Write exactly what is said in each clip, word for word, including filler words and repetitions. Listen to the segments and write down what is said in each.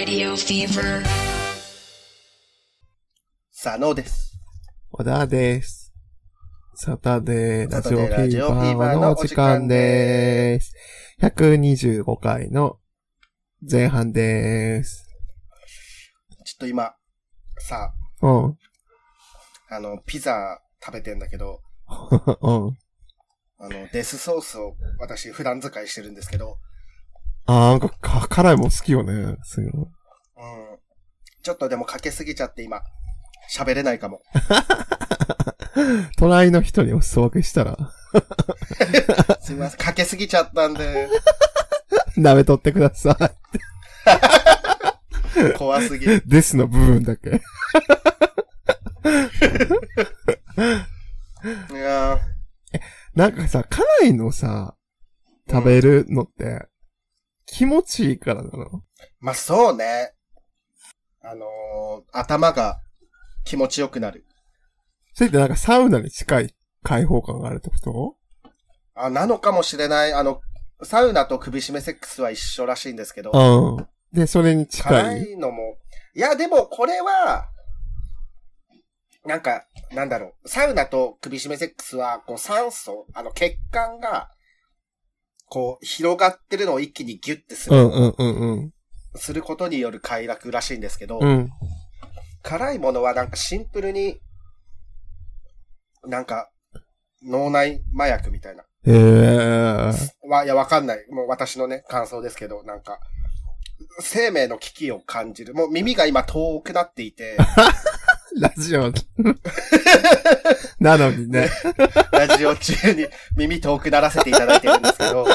Radio Fever 佐野です。 小田です。サタデーラジオフィーバーのお時間です。ひゃくにじゅうごかいの前半です。 ちょっと今、さ、 うん。 あの、ピザ食べてんだけど、 うん。 あの、デスソースを私普段使いしてるんですけど、 あー、なんかか辛いもん好きよね。すごい。うん。 ちょっとでもかけすぎちゃって今、喋れないかも。 隣の人にお裾分けしたら。 すみません、かけすぎちゃったんで。 舐めとってください。怖すぎる。 デスの部分だけ。 いやーなんかさ、辛いのさ、食べるのって、うん、気持ちいいからなの？ まあ、そうね。あのー、頭が気持ちよくなる。 それってなんかサウナに近い開放感があるってこと？ あ、なのかもしれない。あの、サウナと首絞めセックスは一緒らしいんですけど。 うん。で、それに近い。 辛いのも。いや、でもこれは、なんか、なんだろう。サウナと首絞めセックスは、こう酸素、あの血管が、こう、広がってるのを一気にギュッてする。 うんうんうんうん。 することによる快楽らしいんですけど、 うん、 辛いものはなんかシンプルに、なんか、脳内麻薬みたいな。 へー。 わ、いや、わかんない。もう私のね、感想ですけど、なんか、生命の危機を感じる。もう耳が今遠くなっていて。 ラジオ。なのにね。 ラジオ中に耳遠くならせていただいてるんですけど。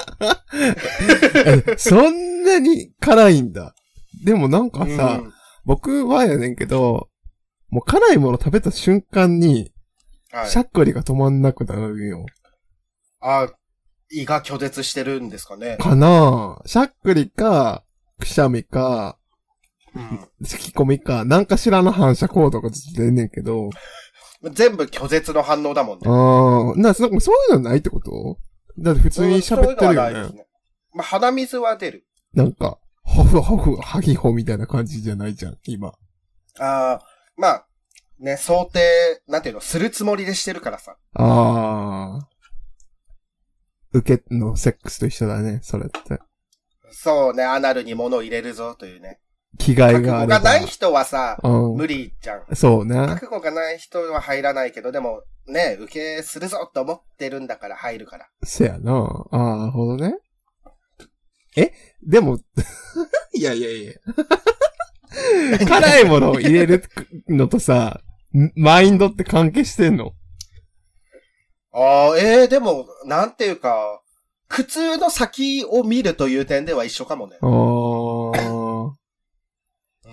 そんなに辛いんだ。でもなんかさ、 うん、僕はやねんけど、もう辛いもの食べた瞬間に、はい、しゃっくりが止まんなくなるよ。 あ、胃が拒絶してるんですかね。 かなぁ。しゃっくりか、くしゃみか、 うん、 咳込みか、なんかしらの反射行動がずっと出んねんけど。 全部拒絶の反応だもんね。 ああ、な、そういうのないってこと？だって普通に喋ってるよね。そういうのはないですね。 まあ、鼻水は出る。 なんか、ホフホフ、ハギホみたいな感じじゃないじゃん、今。 ああ、まあ、ね、想定、なんていうの、するつもりでしてるからさ。 ああ。受けのセックスと一緒だね、それって。 そうね、アナルに物を入れるぞというね。 気概があれば。 覚悟がない人はさ、 うん、 無理じゃん。 そうね。 覚悟がない人は入らないけど、でも、ね、受けするぞと思ってるんだから入るから。 せやな。ああ、なるほどね。えでも、いやいやいや。辛いものを入れるのとさ、マインドって関係してんの？ ああ、ええー、でも、なんていうか、苦痛の先を見るという点では一緒かもね。 ああ。 うん。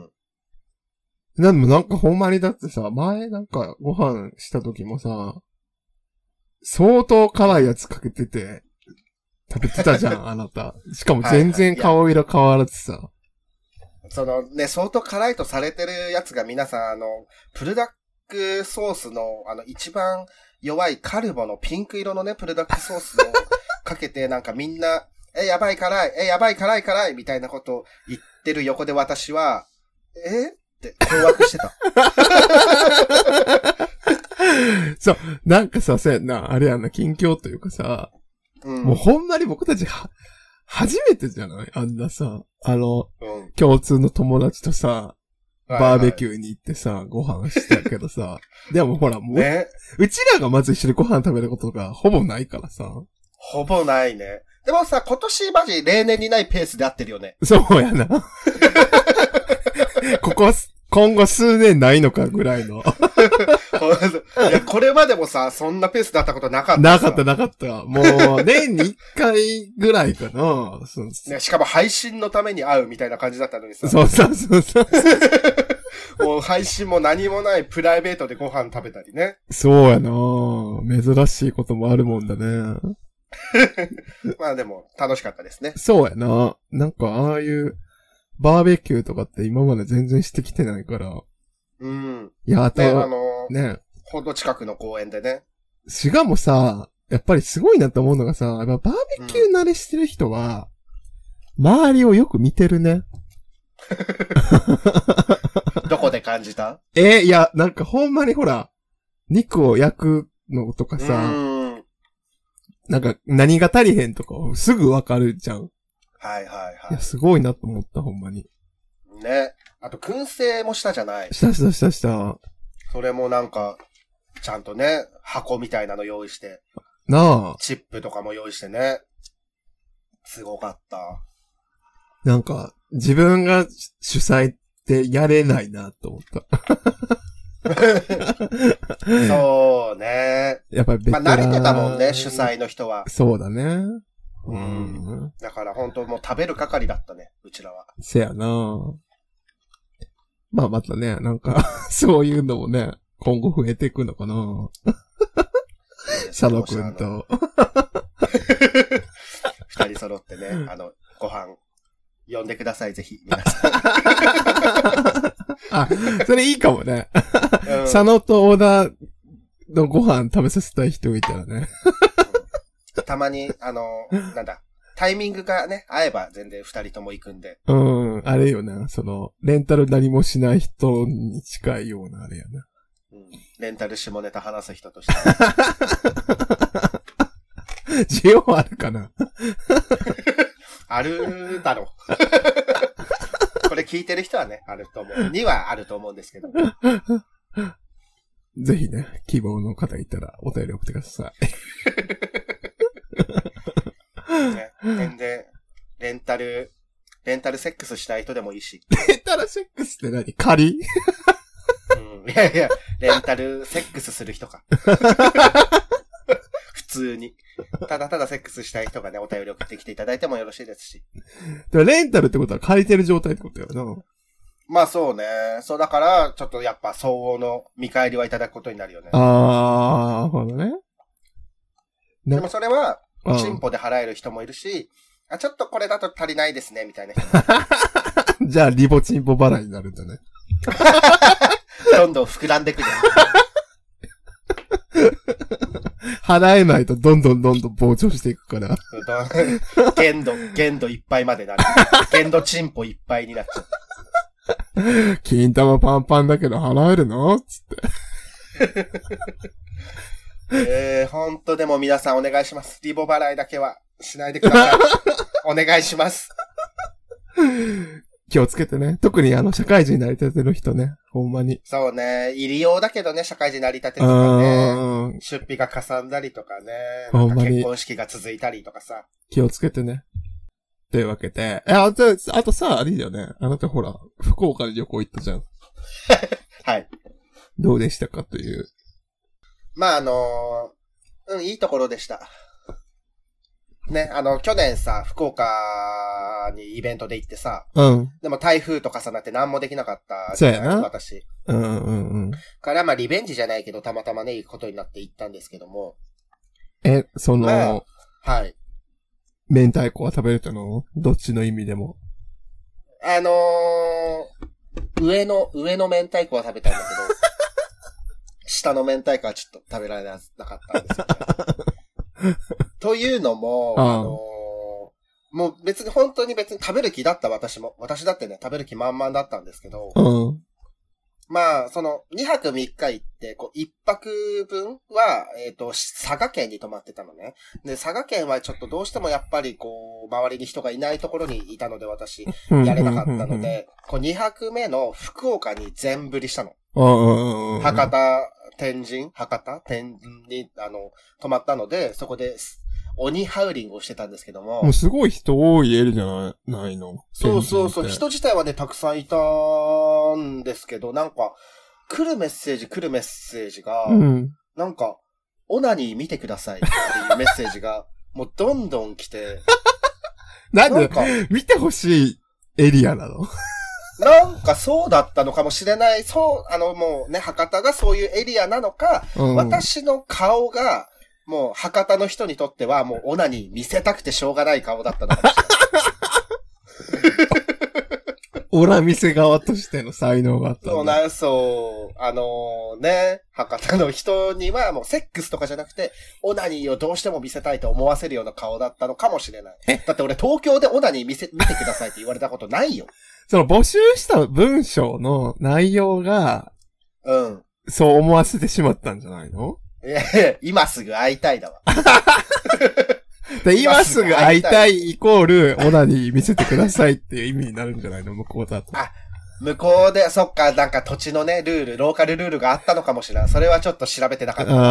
でもなんかほんまにだってさ、前なんかご飯した時もさ、相当辛いやつかけてて、食べてたじゃん、あなた。しかも全然顔色変わらずさ。 そのね、相当辛いとされてるやつが皆さん、あの、プルダックソースの、あの、一番弱いカルボのピンク色のね、プルダックソースをかけて、なんかみんな、え、やばい辛い、え、やばい辛い辛いみたいなことを言ってる横で私は、えって困惑してた。 そう、なんかさ、そうやんな、あれやんな、近況というかさ、うん、もうほんまに僕たちは、初めてじゃない？あんなさ、あの、うん、共通の友達とさ、バーベキューに行ってさ、はいはい、ご飯したけどさ、でもほらもう、ね、うちらがまず一緒にご飯食べることがほぼないからさ。 ほぼないね。でもさ、今年マジ例年にないペースで合ってるよね。 そうやな。ここ、今後数年ないのかぐらいの。 いや、これまでもさ、そんなペースだったことなかった。 なかった、なかった。もう、年に一回ぐらいかな。 そうね、しかも配信のために会うみたいな感じだったのにさ。 そうそうそうそう。 もう配信も何もないプライベートでご飯食べたりね。 そうやな。珍しいこともあるもんだね。 まあでも、楽しかったですね。 そうやな。なんか、ああいう、バーベキューとかって今まで全然してきてないから。 うん。 いや、あと、 ね、あのー、 ね。 ほど近くの公園でね。 しかもさ、やっぱりすごいなと思うのがさ、バーベキュー慣れしてる人は、うん、周りをよく見てるね。 どこで感じた？ えー、いや、なんかほんまにほら、肉を焼くのとかさ、んなんか何が足りへんとかすぐわかるじゃん。 はいはいはい。 いや、すごいなと思った、ほんまに。 ね。あと、燻製もしたじゃない？ したしたしたした。 それもなんか、ちゃんとね、箱みたいなの用意して。 なあ。 チップとかも用意してね。すごかった。 なんか、自分が主催ってやれないなと思った。 そうね。 やっぱりベテラン。 まあ慣れてたもんね、主催の人は。 そうだね。 うん。だから本当もう食べる係だったね、うちらは。 せやな。まあまたね、なんか、そういうのもね、今後増えていくのかな。佐野くんと。 二人揃ってね、あの、ご飯、呼んでください、ぜひ、皆さん。 あ、それいいかもね。うん、佐野と小田のご飯食べさせたい人いたらね。 うん、たまに、あの、なんだ、タイミングがね、合えば全然二人とも行くんで。 うん、あれよな、その、レンタル何もしない人に近いようなあれやな。 うん、レンタル下ネタ話す人として。 需要あるかなあるだろう。これ聞いてる人はね、あると思う。にはあると思うんですけど。 ぜひね、希望の方いたらお便り送ってください。ね、全然、レンタル、レンタルセックスしたい人でもいいし。 レンタルセックスって何？仮？ うん、いやいや、レンタルセックスする人か。普通に。ただただセックスしたい人がね、お便り送ってきていただいてもよろしいですし。 でもレンタルってことは借りてる状態ってことやな。 まあそうね。そうだから、ちょっとやっぱ相応の見返りはいただくことになるよね。 あー、なるほどね。 でもそれは、チンポで払える人もいるし、あ、ちょっとこれだと足りないですね、みたいな人も。 じゃあ、リボチンポ払いになるんだね。 どんどん膨らんでくる。 払えないとどんどんどんどん膨張していくから。 限度、限度いっぱいまでなる。限度チンポいっぱいになっちゃう。 金玉パンパンだけど払えるのつって。 えー、ほんとでも皆さんお願いします。リボ払いだけはしないでください。お願いします。 気をつけてね。特にあの、社会人になりたての人ね。ほんまに。 そうね。入り用だけどね、社会人になりたてとかね。出費がかさんだりとかね。なんか結婚式が続いたりとかさ。 気をつけてね。というわけで。え、あと、あとさ、あれだよね。あなたほら、福岡に旅行行ったじゃん。 はい。 どうでしたかという。 まあ、あのー、うん、いいところでした。ね、あの、去年さ、福岡にイベントで行ってさ、 うん。 でも台風と重なって何もできなかった。 そうやな。 私。 うんうんうん。 からまあ、リベンジじゃないけど、たまたまね、行くことになって行ったんですけども。 え、その、まあ、 はい。 明太子は食べれたの？どっちの意味でも。 あのー、上の、上の明太子は食べたんだけど、下の明太子はちょっと食べられなかったんですよね。というのも、あのー、もう別に本当に別に食べる気だった私も。私だってね、食べる気満々だったんですけど、 うん、 まあ、その、にはくみっか行って、こう、いっぱくぶんは、えっと、佐賀県に泊まってたのね。で、佐賀県はちょっとどうしてもやっぱり、こう、周りに人がいないところにいたので、私、やれなかったので、こう、にはくめの福岡に全振りしたの。博多、天神博多天神に、あの、泊まったので、そこで、鬼ハウリングをしてたんですけども。 もうすごい人多いエリじゃない、ないの。 そうそうそう。人自体はね、たくさんいたんですけど、なんか、来るメッセージ来るメッセージが、うん、なんか、オナニー見てくださいっていうメッセージが、もうどんどん来て。 なんで、見てほしいエリアなの？ なんかそうだったのかもしれない。そう、あのもうね、博多がそういうエリアなのか、うん、私の顔が、もう、博多の人にとっては、もう、オナに見せたくてしょうがない顔だったのかもしれない。 オラ見せ側としての才能があったんだ。 そうな、そう。あのー、ね、博多の人には、もう、セックスとかじゃなくて、オナニーをどうしても見せたいと思わせるような顔だったのかもしれない。だって俺、東京でオナニー見せ、見てくださいって言われたことないよ。 その募集した文章の内容が、 うん。 そう思わせてしまったんじゃないの？ いやいや、今すぐ会いたいだわ。 で今すぐ会いたいイコール、オナニー見せてくださいっていう意味になるんじゃないの？向こうだと。 あ、向こうで、そっか、なんか土地のね、ルール、ローカルルールがあったのかもしれない。それはちょっと調べてなかった。 あー、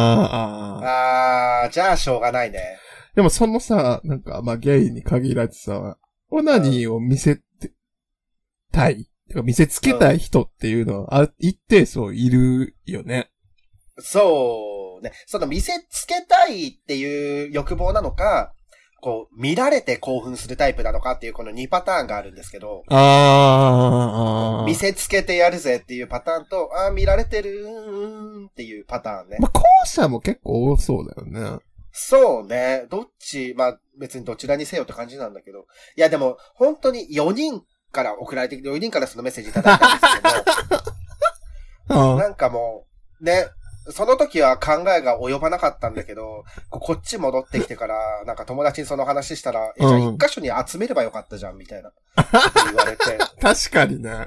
あー。あー、じゃあしょうがないね。 でもそのさ、なんか、まあ、ゲイに限らずさ、オナニーを見せてたい、てか見せつけたい人っていうのは、あ、一定数いるよね。 そうね。その見せつけたいっていう欲望なのか、こう、見られて興奮するタイプなのかっていうこのにパターンがあるんですけど。 あー。 見せつけてやるぜっていうパターンと、あー見られてるーんっていうパターンね。 まあ、後者も結構多そうだよね。 そうね。どっち、まあ別にどちらにせよって感じなんだけど。いやでも、本当によにんから送られてきて、よにんからそのメッセージいただいたんですけど、なんかもう、ね、その時は考えが及ばなかったんだけど、こっち戻ってきてから、なんか友達にその話したら、え、じゃあ一箇所に集めればよかったじゃん、みたいな。言われて。 確かにね。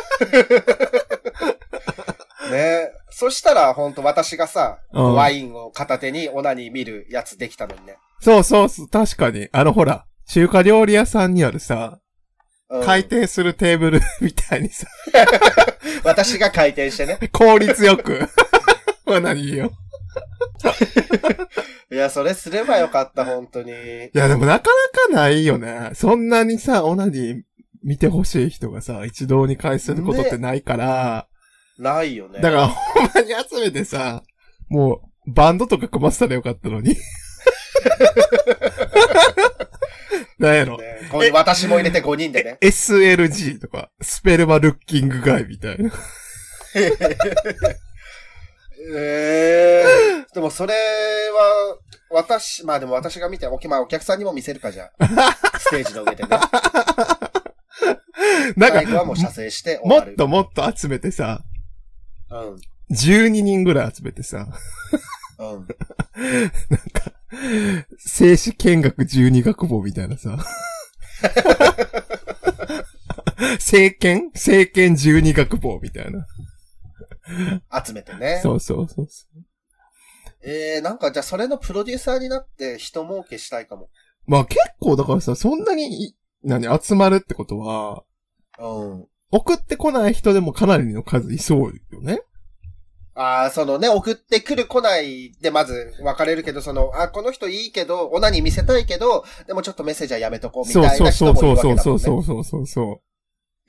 ねそしたら本当私がさ、うん、ワインを片手にオナニー見るやつできたのにね。 そうそうそう、確かに。あのほら、中華料理屋さんにあるさ、うん、回転するテーブルみたいにさ。 私が回転してね。 効率よく。オナニーを。 いや、それすればよかった、本当に。いや、でもなかなかないよね。そんなにさ、オナニー見てほしい人がさ、一堂に会することってないから、 ね、ないよね。 だからほんまに集めてさ、もう、バンドとか組ませたらよかったのに。なんやろ、 ね、私も入れてごにんでね。 エスエルジー とか、スペルマルッキングガイみたいな。 ええー、でもそれは、私、まあでも私が見て、おまあお客さんにも見せるかじゃあ。ステージの上でね。なんか、最後はもう射精して終わる。 もっともっと集めてさ、 うん。 じゅうににんぐらい集めてさ、 うん。なんか、 静止見学じゅうに学部みたいなさ、聖剣聖剣じゅうに学部みたいな。 集めてね。 そうそうそうそう。 えー、なんかじゃあそれのプロデューサーになって人儲けしたいかも。 まあ結構だからさ、そんなに、何、集まるってことは、 うん。 送ってこない人でもかなりの数いそうよね。 ああ、そのね、送ってくる来ないでまず分かれるけど、その、あ、この人いいけど、オナニー見せたいけど、でもちょっとメッセージはやめとこうみたいな人もいるわけだもんね。 そうそうそうそうそうそう。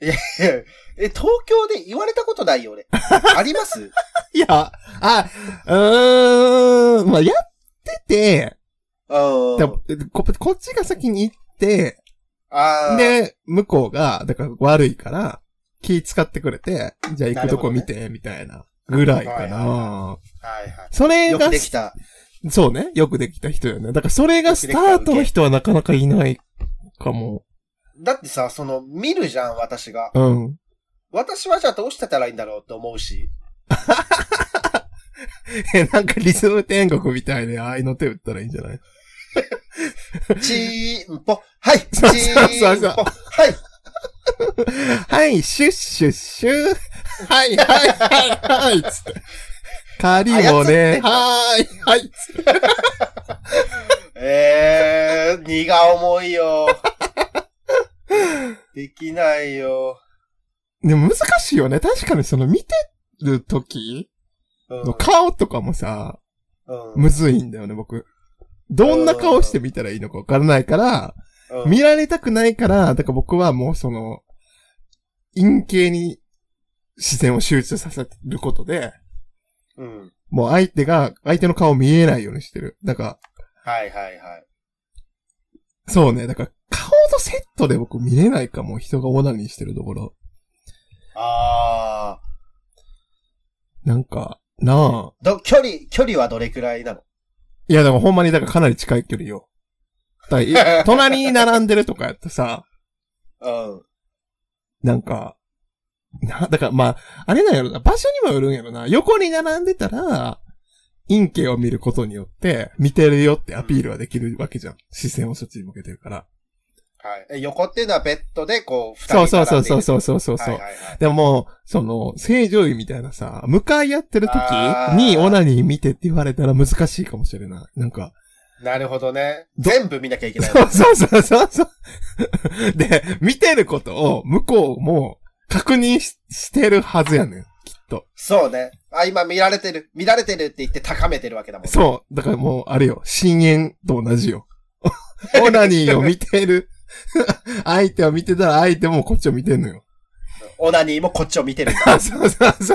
いやいや、え、東京で言われたことないよ、俺。ありますいや、あ、うーん、まあ、やってて、 うんこ、こっちが先に行って、 あで、向こうが、だから悪いから、気使ってくれて、じゃあ行くとこ見て、ね、みたいな、ぐらいかな。はいはい、 はいはい。 それが、 よくできた。 そうね、よくできた人よね。だからそれがスタートの人はなかなかいないかも。 だってさ、その、見るじゃん、私が。 うん。 私はじゃあどうしてたらいいんだろうって思うし。 え、なんかリズム天国みたいで、あいの手打ったらいいんじゃないチーンポ、はい、 そうそうそうそう、 はい。 はい、シュッシュッシュー、はいはいはいはい、つって。仮もね、はーい、はい、つって。 えー、荷が重いよ。できないよ。 でも難しいよね。確かにその見てる時の顔とかもさ、うん、むずいんだよね、僕。どんな顔して見たらいいのかわからないから、うん、見られたくないから、だから僕はもうその、陰形に視線を集中させることで、 うん、 もう相手が、相手の顔見えないようにしてる。だから、 はいはいはい。 そうね、だから顔とセットで僕見れないかも、人がオナニーしてるところ。 あー。なんか、なあ。 ど、距離、距離はどれくらいなの？ いや、でもほんまにだからかなり近い距離よ。だ隣に並んでるとかやったさ、 うん。 なんか、な、だからまあ、あれなんやろな、場所にもよるんやろな。横に並んでたら、陰形を見ることによって、見てるよってアピールはできるわけじゃん。視線をそっちに向けてるから。 はい。横っていうのはベッドでこう、二人そうそうそうそうそうそうそう、 はいはいはい。 でももう、その、正常位みたいなさ、向かい合ってる時にオナニー見てって言われたら難しいかもしれない。なんか。 なるほどね。全部見なきゃいけない、 ね。そうそうそうそう。で、見てることを向こうも確認 し, してるはずやねん。きっと。 そうね。あ、今見られてる。見られてるって言って高めてるわけだもんね。 そう。だからもう、あれよ。深淵と同じよ。オナニーを見てる。相手を見てたら相手もこっちを見てんのよ。 オナニーもこっちを見てるんだ。そうそうそう。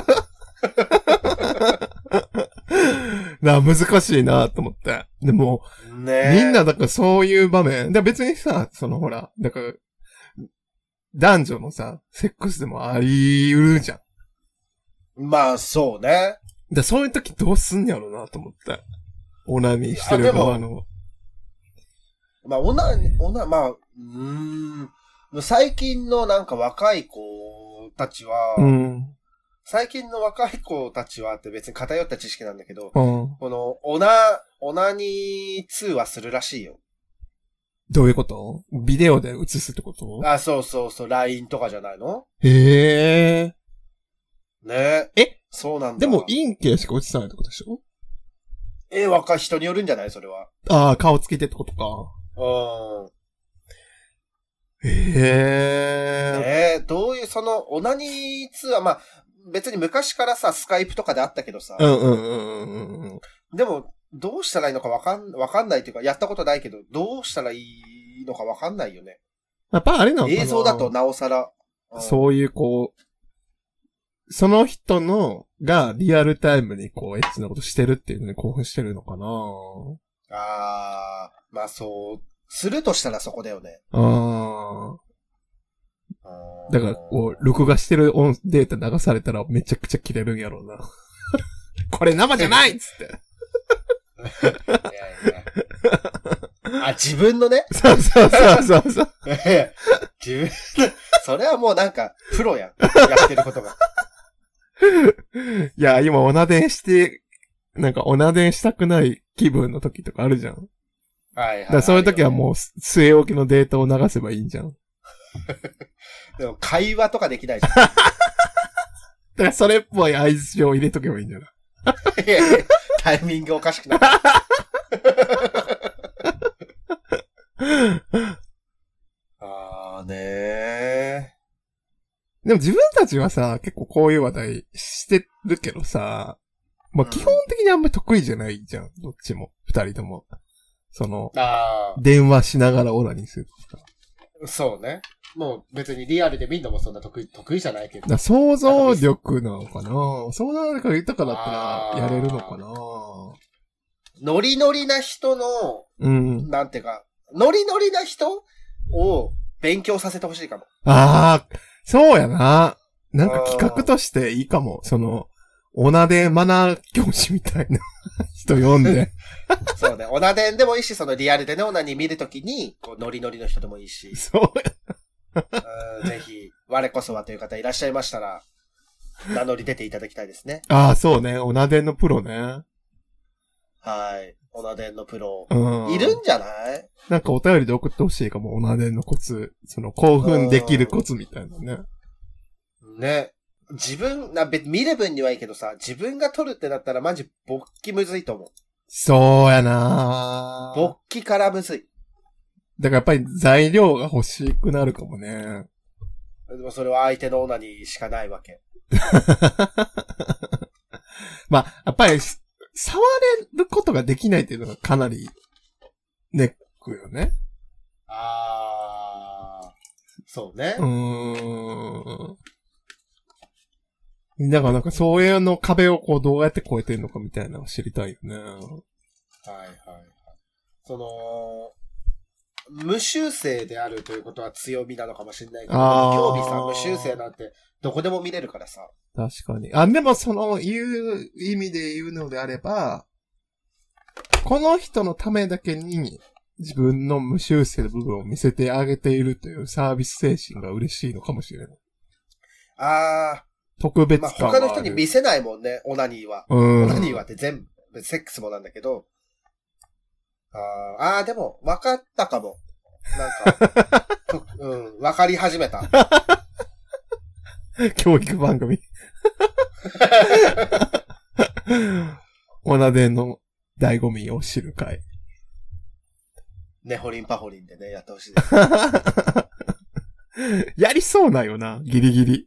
な難しいなと思って。でも、ね、みんなだからそういう場面。で別にさ、そのほら、だから、男女のさ、セックスでもあり得るじゃん。 まあ、そうね。 でそういう時どうすんやろうなと思って。オナニーしてる側の。 まあ、オナニー、オナ、まあ、うーん。最近のなんか若い子たちは、うん、最近の若い子たちはって別に偏った知識なんだけど、うん、この、オナ、オナニー通話するらしいよ。 どういうこと？ビデオで映すってこと？ あ、そうそうそう、ライン とかじゃないの？ へえ。 ねえ。えそうなんだ。 でも、陰茎しか映さないってことでしょ？ え、若い人によるんじゃないそれは。 ああ、顔つけてってことか。 うん。 へえ。 ねえ、どういう、その、オナニー通話、まあ、別に昔からさ、スカイプとかであったけどさ。 うんうんうんうんうん。 でも、どうしたらいいのかわかん、わかんないっていうか、やったことないけど、どうしたらいいのかわかんないよね。 やっぱあれなのかな？ 映像だとなおさら。 うん、そういうこう、その人の、がリアルタイムにこう、エッチなことしてるっていうのに興奮してるのかな？ あー、まあそう、するとしたらそこだよね。 ああ。だから、こう、録画してる音データ流されたらめちゃくちゃ切れるんやろうな。これ生じゃないっつって。いやいや。あ、自分のね。 そうそうそうそうそう。 自分の、それはもうなんか、プロやん。やってることが。 いや、今、オナデンして、なんか、オナデンしたくない気分の時とかあるじゃん。 はいはい、はい。 だからそういう時はもう、据え置きのデータを流せばいいんじゃん。 でも、会話とかできないじゃん。だからそれっぽい合図を入れとけばいいんじゃないいやいやタイミングおかしくなる。あーねー。でも自分たちはさ、結構こういう話題してるけどさ、まあ、基本的にあんまり得意じゃないじゃん。どっちも。二人とも。その、 あ電話しながらオナニーするとか。 そうね。もう別にリアルで見るのもそんな得意、得意じゃないけど。 だ想像力なのかな？想像力が豊かだったらやれるのかな？ ノリノリな人の、うん。なんていうか、ノリノリな人を勉強させてほしいかも。 ああ、そうやな。なんか企画としていいかも。その、オナデンマナー教師みたいな人読んで。 そうね。オナデンでもいいし、そのリアルでね、オナに見るときに、こう、ノリノリの人でもいいし。 そうや。 うんぜひ、我こそはという方いらっしゃいましたら、名乗り出ていただきたいですね。 ああ、そうね。オナデンのプロね。 はい。オナデンのプロ。うん、いるんじゃない？ なんかお便りで送ってほしいかも。オナデンのコツ。その興奮できるコツみたいなね。 ね。自分、な、別、見る分にはいいけどさ、自分が撮るってなったらマジ勃起むずいと思う。 そうやな勃起からむずい。 だからやっぱり材料が欲しくなるかもね。 でもそれは相手のオナにしかないわけ。 まあ、やっぱり、触れることができないっていうのがかなり、ネックよね。 あー、そうね。 うーん。だからなんかそういうの壁をこうどうやって越えてるのかみたいなのを知りたいよね。はいはいはい。 その、無修正であるということは強みなのかもしれないけど、興味さ、無修正なんてどこでも見れるからさ。 確かに。あ、でもその言う意味で言うのであれば、この人のためだけに自分の無修正の部分を見せてあげているというサービス精神が嬉しいのかもしれない。 あー。 特別感まあ、他の人に見せないもんね、オナニーは。 うん。 オナニーはって全部、セックスもなんだけど。あーあー、でも、分かったかも。 なんか、うん、わかり始めた。 教育番組。オナデンの醍醐味を知る会。 ネホリンパホリンでね、やってほしいです。 やりそうなよな、ギリギリ。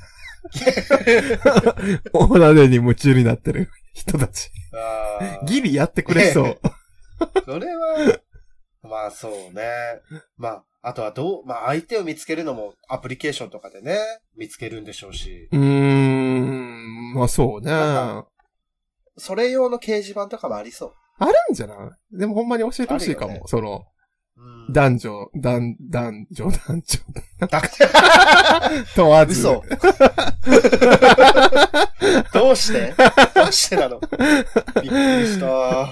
オナデンに夢中になってる人たち。ギリやってくれそう。 それは、まあそうね。まあ、あとはどう、まあ相手を見つけるのもアプリケーションとかでね、見つけるんでしょうし。 うーん、まあそうね。 それ用の掲示板とかもありそう。 あるんじゃない？でもほんまに教えてほしいかも。ね、その、うん、男女、男、男女、男女。問わず。 嘘。どうしてどうしてなの？びっくりした。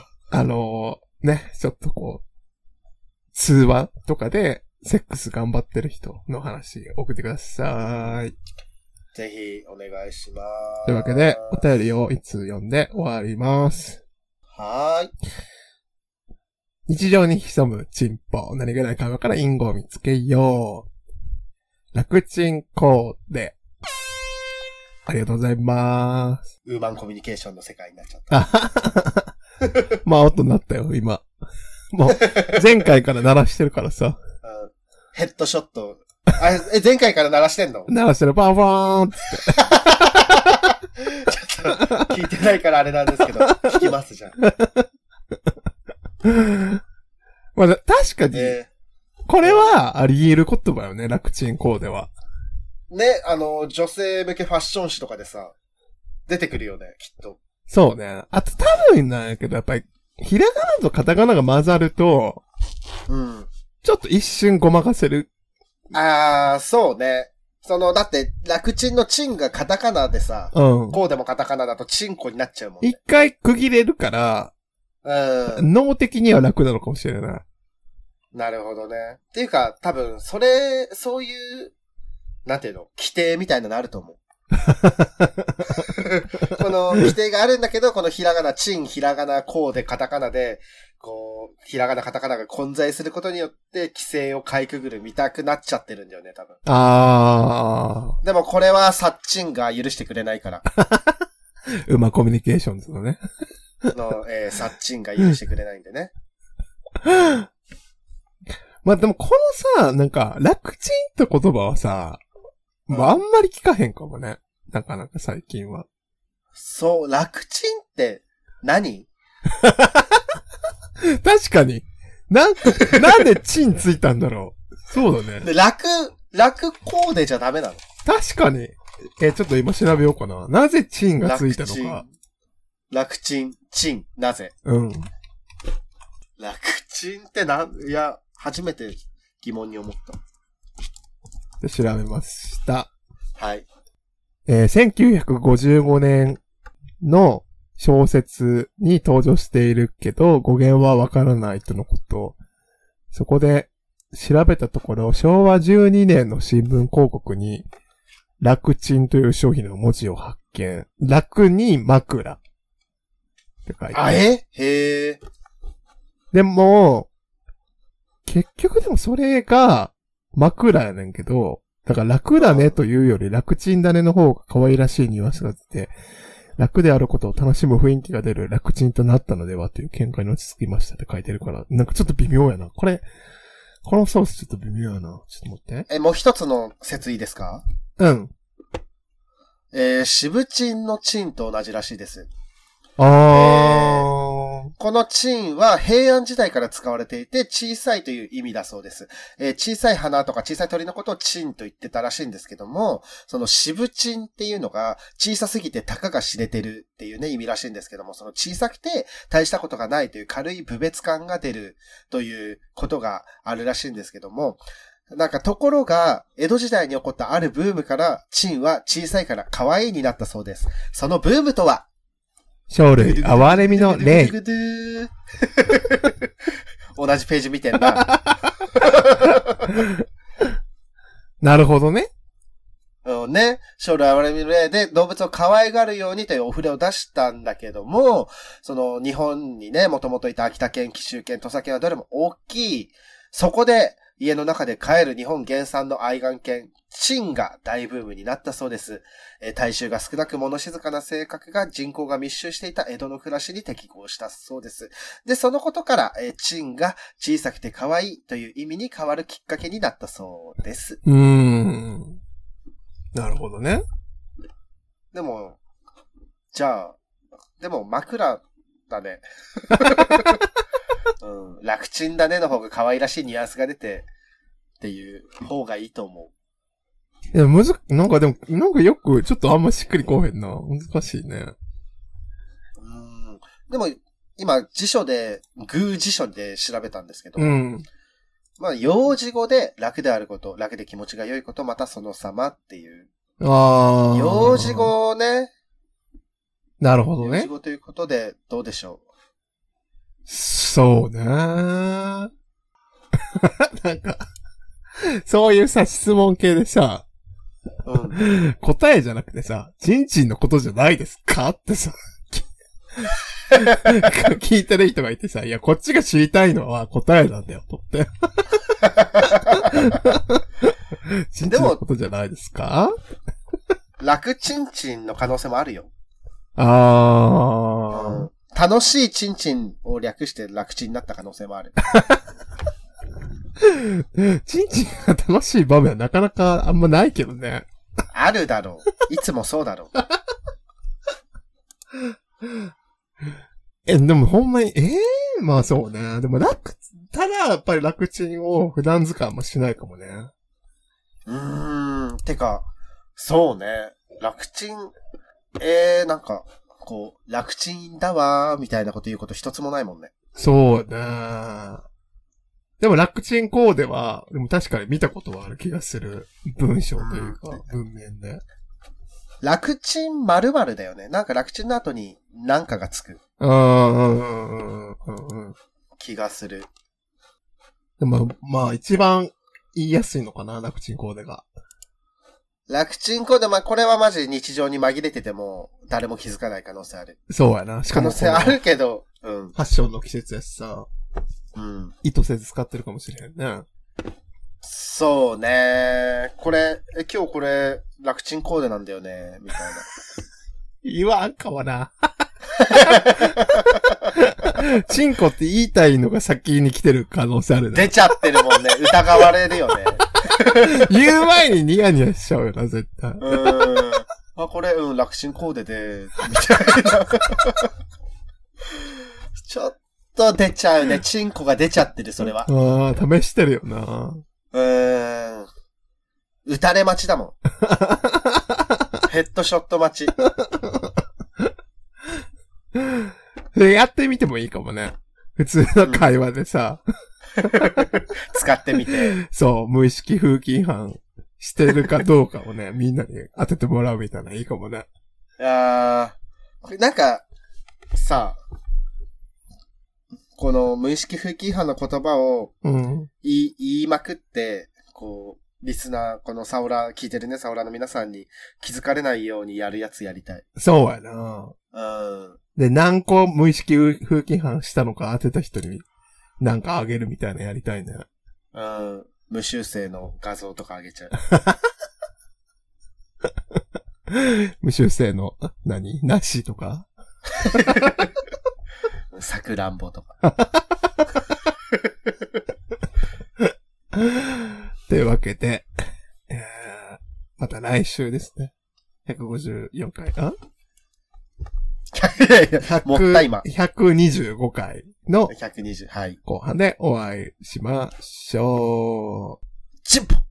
あのー、ね、ちょっとこう、通話とかで、セックス頑張ってる人の話送ってください。 ぜひ、お願いします。 というわけで、お便りをいつ読んで終わります。 はーい。 日常に潜むチンポ。何気ない会話から隠語を見つけよう。楽ちんコーデ。ありがとうございます。 ウーマンコミュニケーションの世界になっちゃった。 まあ、音になったよ、今。もう、前回から鳴らしてるからさ。うん、 ヘッドショット。あ、え、前回から鳴らしてんの？ 鳴らしてる、パンパーンって。 ちょっと、聞いてないからあれなんですけど、聞きますじゃん。 まあ、確かに、えー、これはあり得る言葉よね、楽ちんコーデは。 ね、あの、女性向けファッション誌とかでさ、出てくるよね、きっと。 そうね。あと多分なんやけど、やっぱり、ひらがなとカタカナが混ざると、うん。ちょっと一瞬ごまかせる。 あー、そうね。その、だって、楽ちんのチンがカタカナでさ、うん。こうでもカタカナだとチンコになっちゃうもんね。 一回区切れるから、うん。脳的には楽なのかもしれない。 なるほどね。っていうか、多分、それ、そういう、なんていうの、規定みたいなのあると思う。この規定があるんだけど、このひらがな、チン、ひらがな、こうでカタカナで、こう、ひらがな、カタカナが混在することによって、規制をかいくぐる見たくなっちゃってるんだよね、多分。あー。でもこれはサッチンが許してくれないから。 うまコミュニケーションですのね。 の、えー、サッチンが許してくれないんでね。 まあでもこのさ、なんか、楽ちんって言葉はさ、まああんまり聞かへんかもね。なかなか最近は。 そう、楽ちんって何確かに。なん、なんでチンついたんだろう。そうだね。 で楽、楽コーデじゃダメなの？ 確かに。え、ちょっと今調べようかな。なぜチンがついたのか。 楽ちん、チン、なぜ？ うん。 楽ちんってなん、いや、初めて疑問に思った。 で調べました。 はい。 えー、せんきゅうひゃくごじゅうごねんの小説に登場しているけど、語源はわからないとのこと。そこで調べたところ、しょうわじゅうにねんの新聞広告に、楽ちんという商品の文字を発見。楽に枕。って書いてある。あ、えへえ。 でも、結局でもそれが枕やねんけど、だから楽だねというより楽ちんだねの方が可愛らしいニュアンスが出て、楽であることを楽しむ雰囲気が出る楽ちんとなったのではという見解に落ち着きましたって書いてるから、なんかちょっと微妙やな。これ、このソースちょっと微妙やな。ちょっと待って。 え、もう一つの説いいですか？ うん。 えー、渋チンのチンと同じらしいです。 あー、 えー、このチンは平安時代から使われていて小さいという意味だそうです。えー、小さい花とか小さい鳥のことをチンと言ってたらしいんですけども、その渋チンっていうのが小さすぎてたかが知れてるっていうね意味らしいんですけども、その小さくて大したことがないという軽い侮蔑感が出るということがあるらしいんですけども、なんかところが江戸時代に起こったあるブームからチンは小さいから可愛いになったそうです。そのブームとは生類憐れみの霊。 同じページ見てんな。 なるほどね。 うんね。生類憐れみの霊で動物を可愛がるようにというお触れを出したんだけども、その日本にね、もともといた秋田県、紀州県、土佐県はどれも大きい。そこで家の中で飼える日本原産の愛玩犬、チンが大ブームになったそうです。えー、体臭が少なく物静かな性格が人口が密集していた江戸の暮らしに適合したそうです。で、そのことから、えー、チンが小さくて可愛いという意味に変わるきっかけになったそうです。 うーん。なるほどね。 でも、じゃあ、でも枕だね。うん、楽ちんだねの方が可愛らしいニュアンスが出てっていう方がいいと思う。いや、むず、なんかでも、なんかよくちょっとあんましっくりこうへんな。難しいね。 うん。でも、今辞書で、グー辞書で調べたんですけど、 うん。 まあ、幼児語で楽であること、楽で気持ちが良いこと、またその様っていう。 ああ。 幼児語ね。 なるほどね。 幼児語ということで、どうでしょう。 そうね。なんか、そういうさ、質問系でさ、うん、答えじゃなくてさ、ちんちんのことじゃないですかってさ、聞いてる人がいてさ、いや、こっちが知りたいのは答えなんだよ、とって。ちんちんのことじゃないですか？ 楽ちんちんの可能性もあるよ。 あー。 うん、楽しいちんちんを略して楽ちんになった可能性もある。 ちんちんが楽しい場面はなかなかあんまないけどね。 あるだろう。いつもそうだろう。 え、でもほんまに、ええー、まあそうね。でも楽、ただやっぱり楽ちんを普段使いもしないかもね。 うーん、てか、そうね。楽ちん、えー、なんか、こう、楽ちんだわー、みたいなこと言うこと一つもないもんね。 そうね。でも楽ちんコーデは、でも確かに見たことはある気がする。文章というか、うん、文面で。 楽ちん〇〇だよね。なんか楽ちんの後に何かがつく。 うんうんうんうんうん。 気がする。 でも、まあ一番言いやすいのかな、楽ちんコーデが。 楽ちんコーデ、まあこれはマジ日常に紛れてても誰も気づかない可能性ある。 そうやな。しかも可能性あるけど、うん。 ファッションの季節やしさ。 うん。 意図せず使ってるかもしれんね。 そうね。これ、え、今日これ、楽ちんコーデなんだよね、みたいな。 言わんかもな。チンコって言いたいのが先に来てる可能性あるね。 出ちゃってるもんね。疑われるよね。 言う前にニヤニヤしちゃうよな、絶対。 うん。あ、これ、うん、楽ちんコーデで、みたいな。ちょっと出ちゃうね。チンコが出ちゃってる、それは。 ああ、試してるよな。 うーん。撃たれ待ちだもん。ヘッドショット待ち。 で、やってみてもいいかもね。普通の会話でさ。 うん、使ってみて。 そう、無意識風紀違反してるかどうかをね、みんなに当ててもらうみたいな、いいかもね。 あー、なんか、さ、この無意識風紀違反の言葉を言い、うん、言いまくって、こう、リスナー、このサオラ、聞いてるね、サオラの皆さんに気づかれないようにやるやつやりたい。 そうやな。 うん。 で、何個無意識風紀違反したのか当てた人になんかあげるみたいなやりたいね。 うん。無修正の画像とかあげちゃう。 無修正の、何なしとかさくらんぼとか。 というわけで、えー、また来週ですね。ひゃくごじゅうよんかい、あいやいや、もったいま。 ひゃくにじゅうごかいのひゃくにじゅう、はい。 後半でお会いしましょう。 チンポ